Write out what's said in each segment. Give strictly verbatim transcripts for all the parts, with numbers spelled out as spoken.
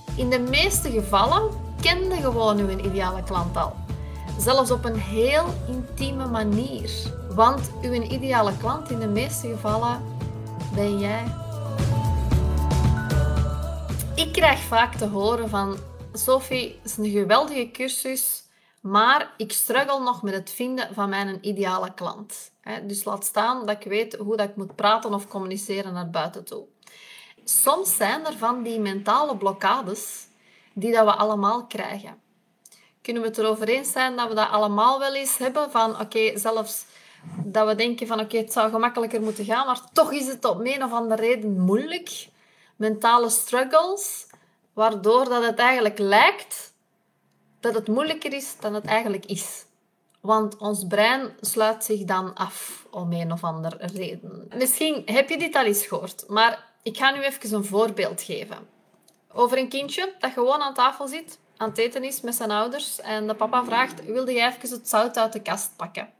In de meeste gevallen ken je gewoon je ideale klant al. Zelfs op een heel intieme manier. Want uw ideale klant in de meeste gevallen ben jij. Ik krijg vaak te horen van... Sophie, het is een geweldige cursus, maar ik struggle nog met het vinden van mijn ideale klant. Dus laat staan dat ik weet hoe dat ik moet praten of communiceren naar buiten toe. Soms zijn er van die mentale blokkades die dat we allemaal krijgen. Kunnen we het erover eens zijn dat we dat allemaal wel eens hebben? Van oké, okay, zelfs dat we denken van oké, okay, het zou gemakkelijker moeten gaan, maar toch is het op een of andere reden moeilijk. Mentale struggles, waardoor dat het eigenlijk lijkt dat het moeilijker is dan het eigenlijk is. Want ons brein sluit zich dan af om een of andere reden. Misschien heb je dit al eens gehoord, maar ik ga nu even een voorbeeld geven. Over een kindje dat gewoon aan tafel zit, aan het eten is met zijn ouders en de papa vraagt, wilde jij even het zout uit de kast pakken?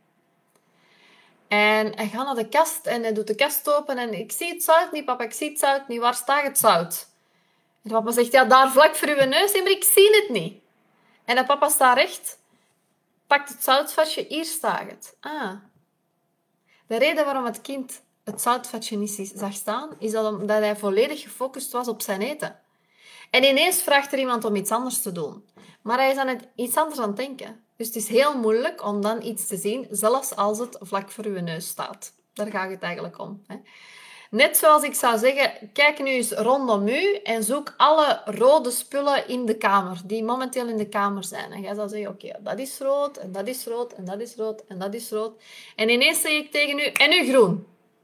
En hij gaat naar de kast en hij doet de kast open en ik zie het zout niet, papa, ik zie het zout niet. Waar staat het zout? En de papa zegt, ja, daar vlak voor uw neus, maar ik zie het niet. En de papa staat recht, pakt het zoutvatje, hier staat het. Ah. De reden waarom het kind het zoutvatje niet zag staan, is dat omdat hij volledig gefocust was op zijn eten. En ineens vraagt er iemand om iets anders te doen. Maar hij is aan het, iets anders aan het denken. Dus het is heel moeilijk om dan iets te zien, zelfs als het vlak voor uw neus staat. Daar gaat het eigenlijk om. Hè. Net zoals ik zou zeggen, kijk nu eens rondom u en zoek alle rode spullen in de kamer, die momenteel in de kamer zijn. En jij zou zeggen, oké, okay, dat is rood, en dat is rood, en dat is rood, en dat is rood. En ineens zeg ik tegen u, en nu groen.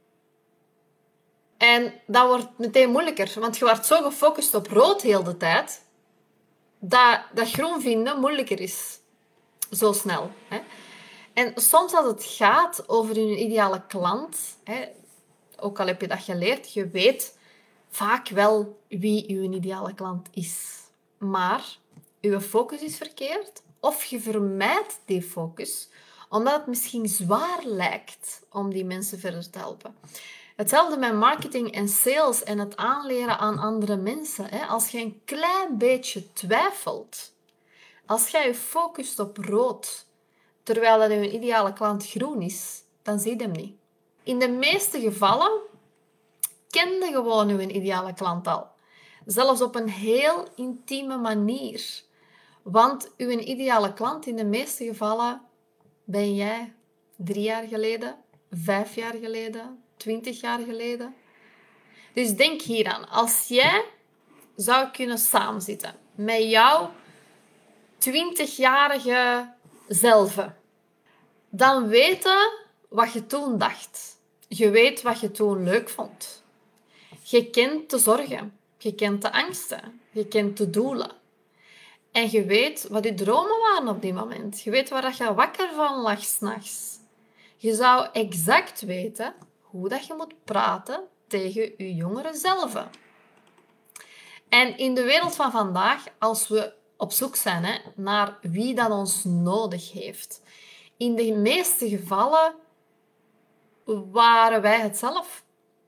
En dat wordt meteen moeilijker, want je wordt zo gefocust op rood heel de tijd, dat, dat groen vinden moeilijker is. Zo snel. Hè. En soms als het gaat over je ideale klant, hè, ook al heb je dat geleerd, je weet vaak wel wie je ideale klant is. Maar je focus is verkeerd, of je vermijdt die focus, omdat het misschien zwaar lijkt om die mensen verder te helpen. Hetzelfde met marketing en sales en het aanleren aan andere mensen. Als je een klein beetje twijfelt, als jij je focust op rood, terwijl dat je ideale klant groen is, dan zie je hem niet. In de meeste gevallen ken je gewoon je ideale klant al. Zelfs op een heel intieme manier. Want je ideale klant in de meeste gevallen ben jij drie jaar geleden, vijf jaar geleden, twintig jaar geleden. Dus denk hieraan. Als jij zou kunnen samenzitten met jouw twintigjarige zelf, dan weet je wat je toen dacht. Je weet wat je toen leuk vond. Je kent de zorgen. Je kent de angsten. Je kent de doelen. En je weet wat je dromen waren op die moment. Je weet waar je wakker van lag 's nachts. Je zou exact weten hoe dat je moet praten tegen je jongere zelf. En in de wereld van vandaag, als we op zoek zijn hè, naar wie dat ons nodig heeft, in de meeste gevallen waren wij het zelf.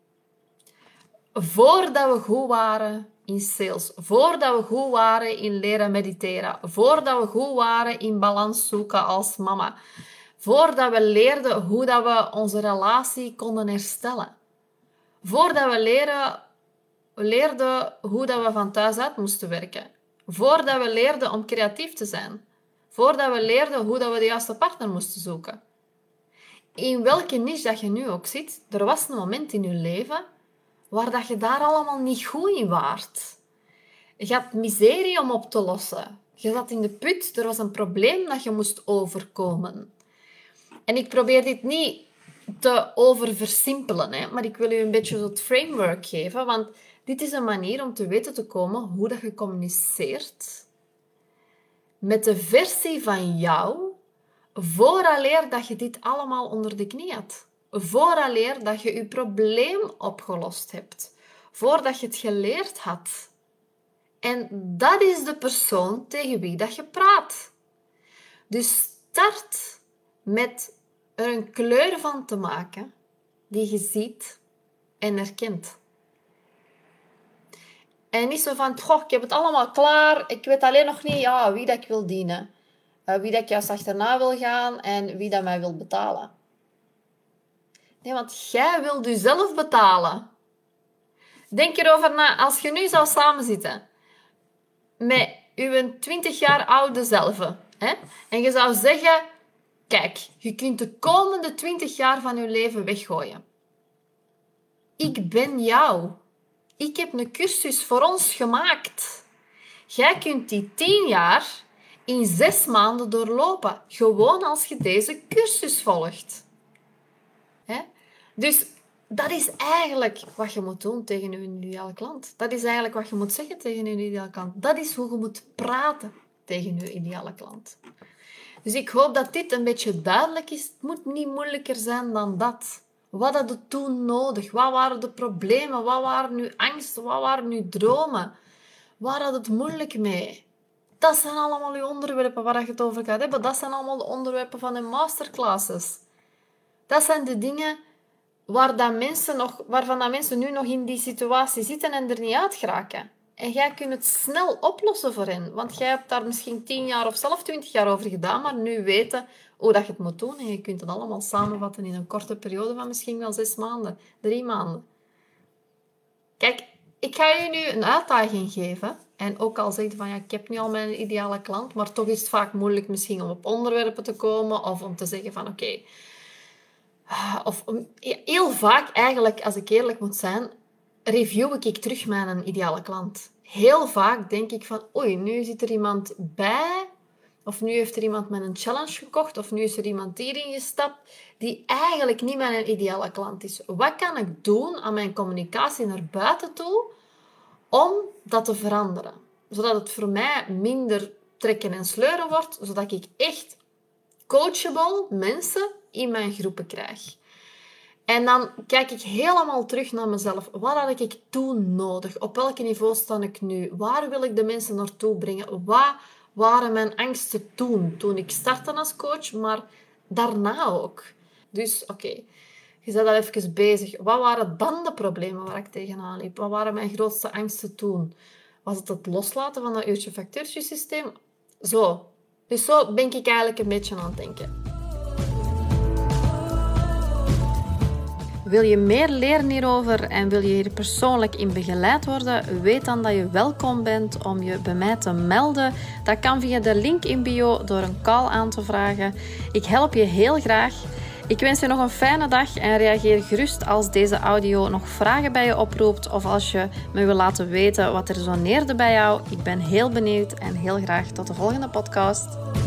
Voordat we goed waren in sales, voordat we goed waren in leren mediteren, voordat we goed waren in balans zoeken als mama, voordat we leerden hoe dat we onze relatie konden herstellen, voordat we leren, leerden hoe dat we van thuis uit moesten werken, voordat we leerden om creatief te zijn, voordat we leerden hoe dat we de juiste partner moesten zoeken. In welke niche dat je nu ook zit, er was een moment in je leven waar dat je daar allemaal niet goed in waart. Je had miserie om op te lossen. Je zat in de put, er was een probleem dat je moest overkomen. En ik probeer dit niet te overversimpelen, hè, maar ik wil je een beetje het framework geven, want dit is een manier om te weten te komen hoe dat je communiceert met de versie van jou vooraleer dat je dit allemaal onder de knie had. Vooraleer dat je je probleem opgelost hebt. Voordat je het geleerd had. En dat is de persoon tegen wie dat je praat. Dus start met er een kleur van te maken die je ziet en herkent. En niet zo van, goh, ik heb het allemaal klaar. Ik weet alleen nog niet ja, wie dat ik wil dienen. Uh, wie dat ik juist achterna wil gaan en wie dat mij wil betalen. Nee, want jij wilt jezelf betalen. Denk erover na, als je nu zou samenzitten met je twintig jaar oude zelf, hè, en je zou zeggen, kijk, je kunt de komende twintig jaar van je leven weggooien. Ik ben jou. Ik heb een cursus voor ons gemaakt. Jij kunt die tien jaar in zes maanden doorlopen. Gewoon als je deze cursus volgt. Hè? Dus dat is eigenlijk wat je moet doen tegen je ideale klant. Dat is eigenlijk wat je moet zeggen tegen je ideale klant. Dat is hoe je moet praten tegen je ideale klant. Dus ik hoop dat dit een beetje duidelijk is. Het moet niet moeilijker zijn dan dat. Wat had je toen nodig? Wat waren de problemen? Wat waren uw angsten? Wat waren uw dromen? Waar had het moeilijk mee? Dat zijn allemaal uw onderwerpen waar je het over gaat hebben. Dat zijn allemaal de onderwerpen van de masterclasses. Dat zijn de dingen waar dat mensen nog, waarvan dat mensen nu nog in die situatie zitten en er niet uit geraken. En jij kunt het snel oplossen voor hen. Want jij hebt daar misschien tien jaar of zelfs twintig jaar over gedaan, maar nu weten hoe dat je het moet doen. En je kunt het allemaal samenvatten in een korte periode van misschien wel zes maanden, drie maanden. Kijk, ik ga je nu een uitdaging geven. En ook al zeg je van, ja, ik heb nu al mijn ideale klant, maar toch is het vaak moeilijk misschien om op onderwerpen te komen of om te zeggen van, oké. Okay, of heel vaak eigenlijk, als ik eerlijk moet zijn, review ik terug mijn ideale klant. Heel vaak denk ik van, oei, nu zit er iemand bij, of nu heeft er iemand met een challenge gekocht, of nu is er iemand hierin gestapt, die eigenlijk niet mijn ideale klant is. Wat kan ik doen aan mijn communicatie naar buiten toe, om dat te veranderen? Zodat het voor mij minder trekken en sleuren wordt, zodat ik echt coachable mensen in mijn groepen krijg. En dan kijk ik helemaal terug naar mezelf. Wat had ik toen nodig? Op welk niveau sta ik nu? Waar wil ik de mensen naartoe brengen? Wat waren mijn angsten toen? Toen ik startte als coach, maar daarna ook. Dus oké, okay, je bent al even bezig. Wat waren dan de problemen waar ik tegenaan liep? Wat waren mijn grootste angsten toen? Was het het loslaten van dat uurtje-factuurtje-systeem? Zo. Dus zo ben ik eigenlijk een beetje aan het denken. Wil je meer leren hierover en wil je hier persoonlijk in begeleid worden? Weet dan dat je welkom bent om je bij mij te melden. Dat kan via de link in bio door een call aan te vragen. Ik help je heel graag. Ik wens je nog een fijne dag en reageer gerust als deze audio nog vragen bij je oproept of als je me wil laten weten wat er resoneerde bij jou. Ik ben heel benieuwd en heel graag tot de volgende podcast.